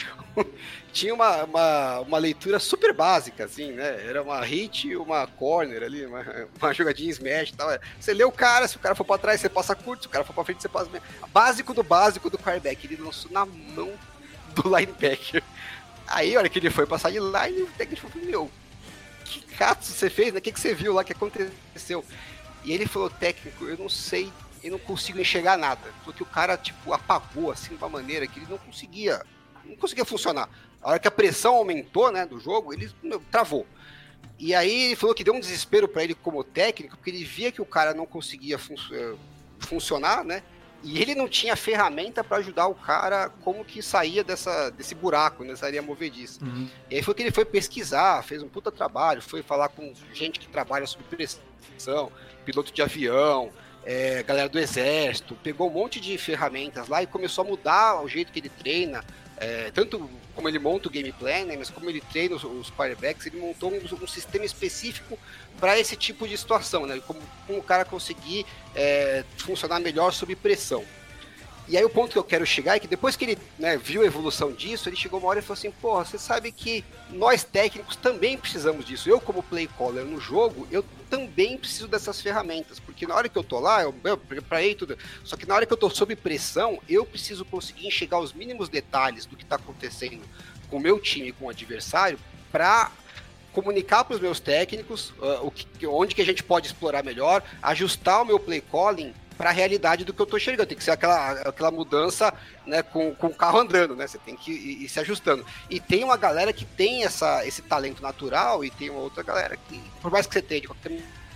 tinha uma, uma, uma leitura super básica, assim, né? Era uma hit, uma corner ali, uma, uma jogadinha smash e tal. Você lê o cara, se o cara for pra trás, você passa curto, se o cara for pra frente, você passa... Básico do básico do quarterback, ele lançou na mão do linebacker. Aí, olha que ele foi passar de line, o técnico falou, meu, que cato você fez, né? O que, que você viu lá, o que aconteceu? E ele falou, técnico, eu não sei, eu não consigo enxergar nada. Porque o cara, tipo, apagou, assim, de uma maneira que ele não conseguia, não conseguia funcionar. A hora que a pressão aumentou, né, do jogo, ele meu, travou. E aí ele falou que deu um desespero para ele como técnico, porque ele via que o cara não conseguia fun- funcionar, né? E ele não tinha ferramenta para ajudar o cara como que saía dessa, desse buraco, nessa área movediça. Uhum. E aí foi que ele foi pesquisar, fez um puta trabalho, foi falar com gente que trabalha sob pressão, piloto de avião, é, galera do exército, pegou um monte de ferramentas lá e começou a mudar o jeito que ele treina, é, tanto como ele monta o game plan, né, mas como ele treina os, os quarterbacks, ele montou um, um sistema específico para esse tipo de situação, né, como, como o cara conseguir é, funcionar melhor sob pressão. E aí o ponto que eu quero chegar é que depois que ele, né, viu a evolução disso, ele chegou uma hora e falou assim, porra, você sabe que nós técnicos também precisamos disso. Eu como play caller no jogo, eu também preciso dessas ferramentas, porque na hora que eu tô lá, eu, eu preparei tudo, só que na hora que eu tô sob pressão, eu preciso conseguir enxergar os mínimos detalhes do que tá acontecendo com o meu time, com o adversário, para comunicar para os meus técnicos uh, o que, onde que a gente pode explorar melhor, ajustar o meu play calling para a realidade do que eu tô enxergando. Tem que ser aquela, aquela mudança, né, com, com o carro andando, né? Você tem que ir, ir se ajustando. E tem uma galera que tem essa, esse talento natural e tem uma outra galera que, por mais que você tenha de qualquer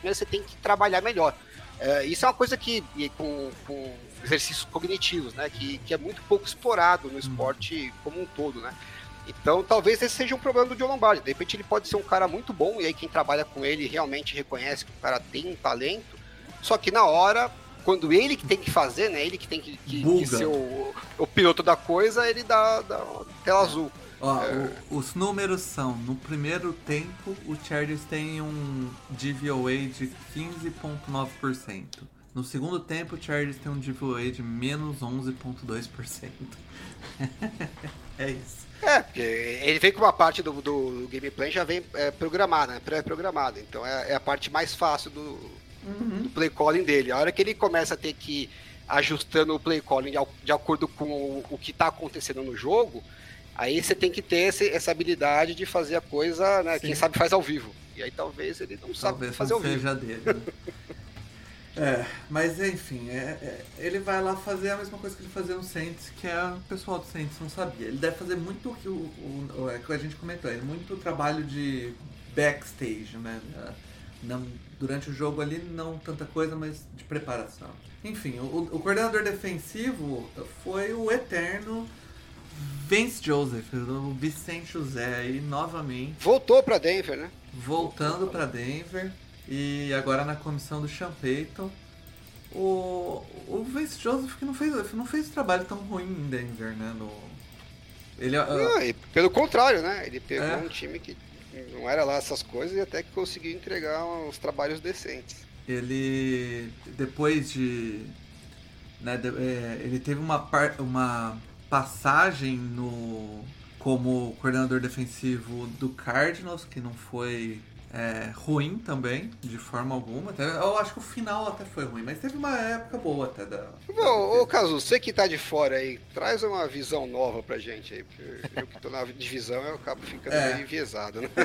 primeiro você tem que trabalhar melhor. É, isso é uma coisa que, com, com exercícios cognitivos, né, que, que é muito pouco explorado no esporte como um todo, né. Então, talvez esse seja um problema do Joe Lombardi. De repente, ele pode ser um cara muito bom, e aí quem trabalha com ele realmente reconhece que o cara tem um talento, só que na hora, quando ele que tem que fazer, né, ele que tem que, que, que ser o, o piloto da coisa, ele dá, dá tela azul. Ó, é... o, os números são, no primeiro tempo, o Chargers tem um D V O A de quinze vírgula nove por cento. No segundo tempo, o Chargers tem um D V O A de menos onze vírgula dois por cento. É isso. É, porque ele vem com uma parte do, do gameplay já vem é, programada, né, pré-programada. Então é, é a parte mais fácil do, uhum. do play calling dele. A hora que ele começa a ter que ir ajustando o play calling de, de acordo com o, o que está acontecendo no jogo, aí você tem que ter esse, essa habilidade de fazer a coisa, né? Sim. Quem sabe faz ao vivo. E aí talvez ele não sabe fazer ao vivo. Talvez não seja dele, né? É, mas enfim, é, é, ele vai lá fazer a mesma coisa que ele fazia no Saints, que é o pessoal do Saints não sabia. Ele deve fazer muito o que o, o, o, que a gente comentou, é muito trabalho de backstage, né? Não, durante o jogo ali não tanta coisa, mas de preparação. Enfim, o, o coordenador defensivo foi o eterno Vance Joseph, o Vicente José aí novamente. Voltou pra Denver, né? Voltando pra Denver. E agora na comissão do Sean Payton, o, o Vance Joseph que não fez, não fez trabalho tão ruim em Denver, né? No, ele, não, uh, pelo contrário, né? Ele pegou é. um time que não era lá essas coisas e até que conseguiu entregar uns trabalhos decentes. Ele, depois de... Né, de, é, ele teve uma, par, uma passagem no, como coordenador defensivo do Cardinals, que não foi... É, ruim também, de forma alguma. Até, eu acho que o final até foi ruim, mas teve uma época boa até da... Bom, ô Cazu, você que tá de fora aí, traz uma visão nova pra gente aí, porque eu que tô na divisão eu acabo ficando é. meio enviesado, né?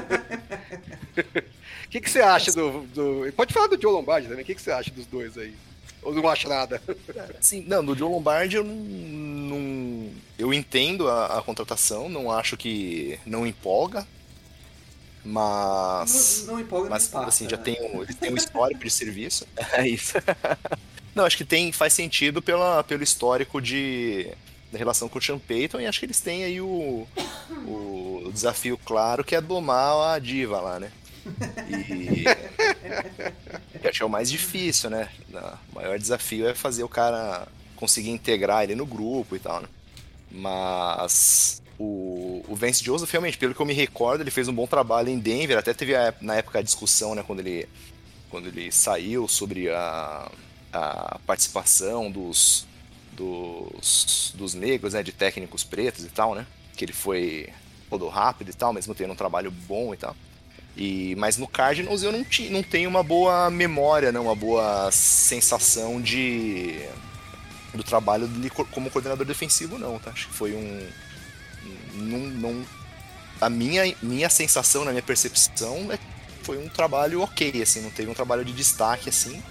O que, que você acha do, do... Pode falar do Joe Lombardi também, o que, que você acha dos dois aí? Ou não acha nada? Sim, não, do Joe Lombardi eu não... não eu entendo a, a contratação, não acho que não empolga. Mas. Não, não empolga, mas passa, assim, né? já tem um, ele tem um histórico de serviço. É isso. Não, acho que tem, faz sentido pela, pelo histórico de, da relação com o Sean Payton, e acho que eles têm aí o, o desafio claro que é domar a diva lá, né? E. que acho que é o mais difícil, né? O maior desafio é fazer o cara conseguir integrar ele no grupo e tal, né? Mas. O, o Vance Joseph, realmente, pelo que eu me recordo, ele fez um bom trabalho em Denver. Até teve a, na época a discussão, né, quando ele, quando ele saiu sobre a, a participação dos, dos, dos negros, né, de técnicos pretos e tal, né? Que ele foi rodou rápido e tal, mesmo tendo um trabalho bom e tal. E, mas no Cardinals eu não, ti, não tenho uma boa memória, né, uma boa sensação de, do trabalho dele como coordenador defensivo, não, tá? Acho que foi um... Não, não, a minha, minha sensação, na minha percepção, é que foi um trabalho ok, assim, não teve um trabalho de destaque, assim,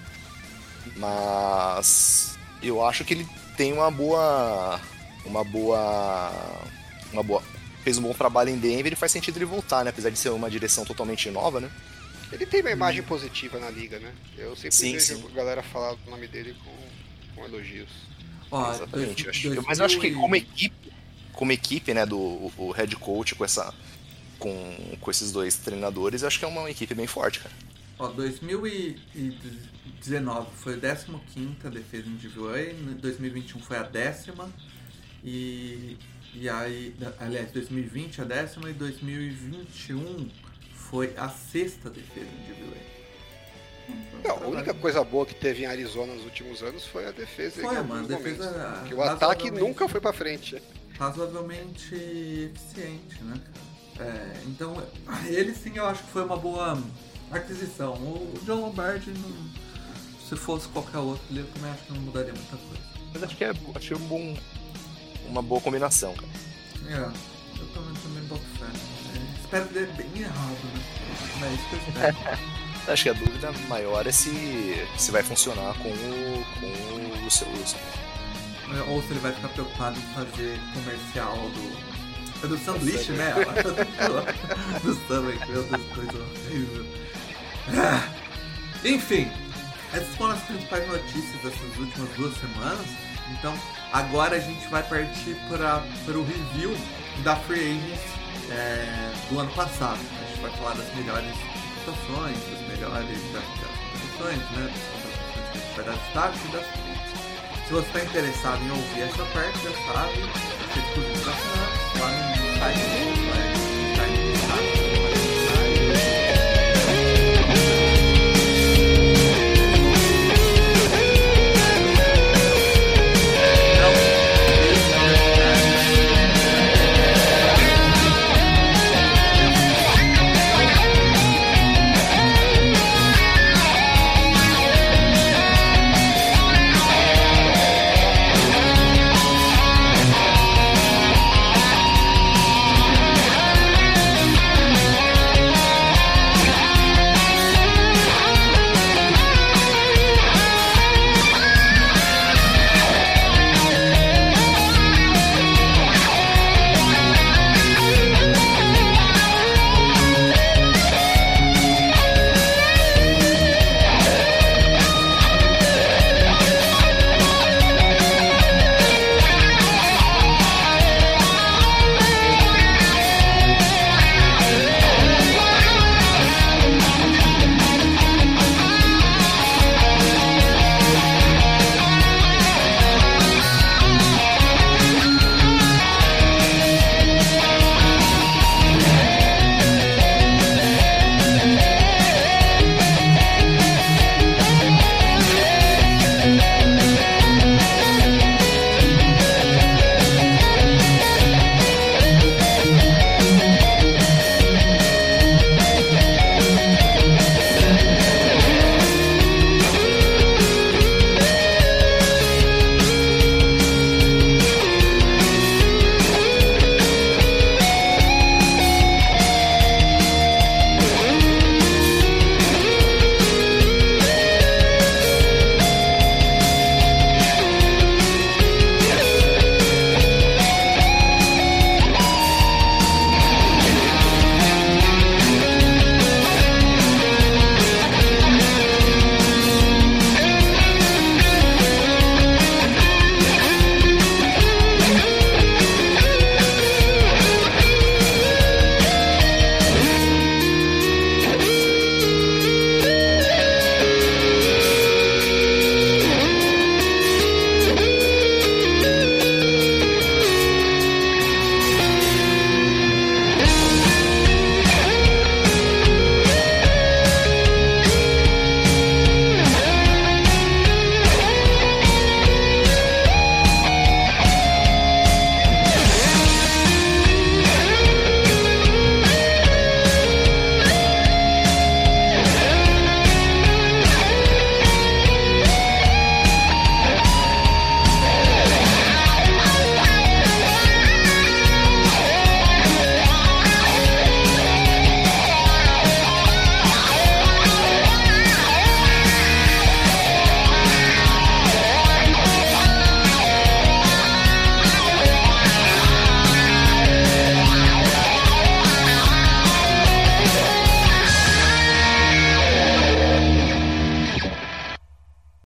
mas eu acho que ele tem uma boa, uma boa, uma boa, fez um bom trabalho em Denver e faz sentido ele voltar, né, apesar de ser uma direção totalmente nova, né. Ele tem uma imagem hum. positiva na liga, né, eu sempre sim, vejo sim. a galera falar do nome dele com, com elogios. Ó, exatamente, dois, eu acho, dois mas eu acho que como equipe como equipe, né, do o head coach com essa com, com esses dois treinadores, eu acho que é uma equipe bem forte, cara. Ó, dois mil e dezenove foi a décima quinta defesa em D V O A, em dois mil e vinte e um foi a décima e e aí, aliás, dois mil e vinte a décima e dois mil e vinte e um foi a sexta defesa em D V O A. Não, a única coisa boa que teve em Arizona nos últimos anos foi a defesa. Foi, mano, a defesa. Que o ataque nunca foi pra frente. Razoavelmente eficiente, né? É, então, ele sim eu acho que foi uma boa aquisição. O Joe Lombardi, não, se fosse qualquer outro, eu também acho que não mudaria muita coisa. Mas acho que é achei um bom, uma boa combinação, cara. É, eu também, também boto fé. É, espero que dê bem errado, né? Não é isso que eu espero. Acho que a dúvida maior é se, se vai funcionar com o, com o Russell Wilson. Ou se ele vai ficar preocupado em fazer comercial do... do sanduíche, né? do Subway, meu Deus, coisa horrível. Enfim, essas foram as principais notícias dessas últimas duas semanas. Então, agora a gente vai partir para o review da Free Agents é, do ano passado. A gente vai falar das melhores situações, das melhores das, das posições, né? Das que a gente vai dar destaque e das frentes. Se você está interessado em ouvir essa parte, já sabe, você pode assinar lá no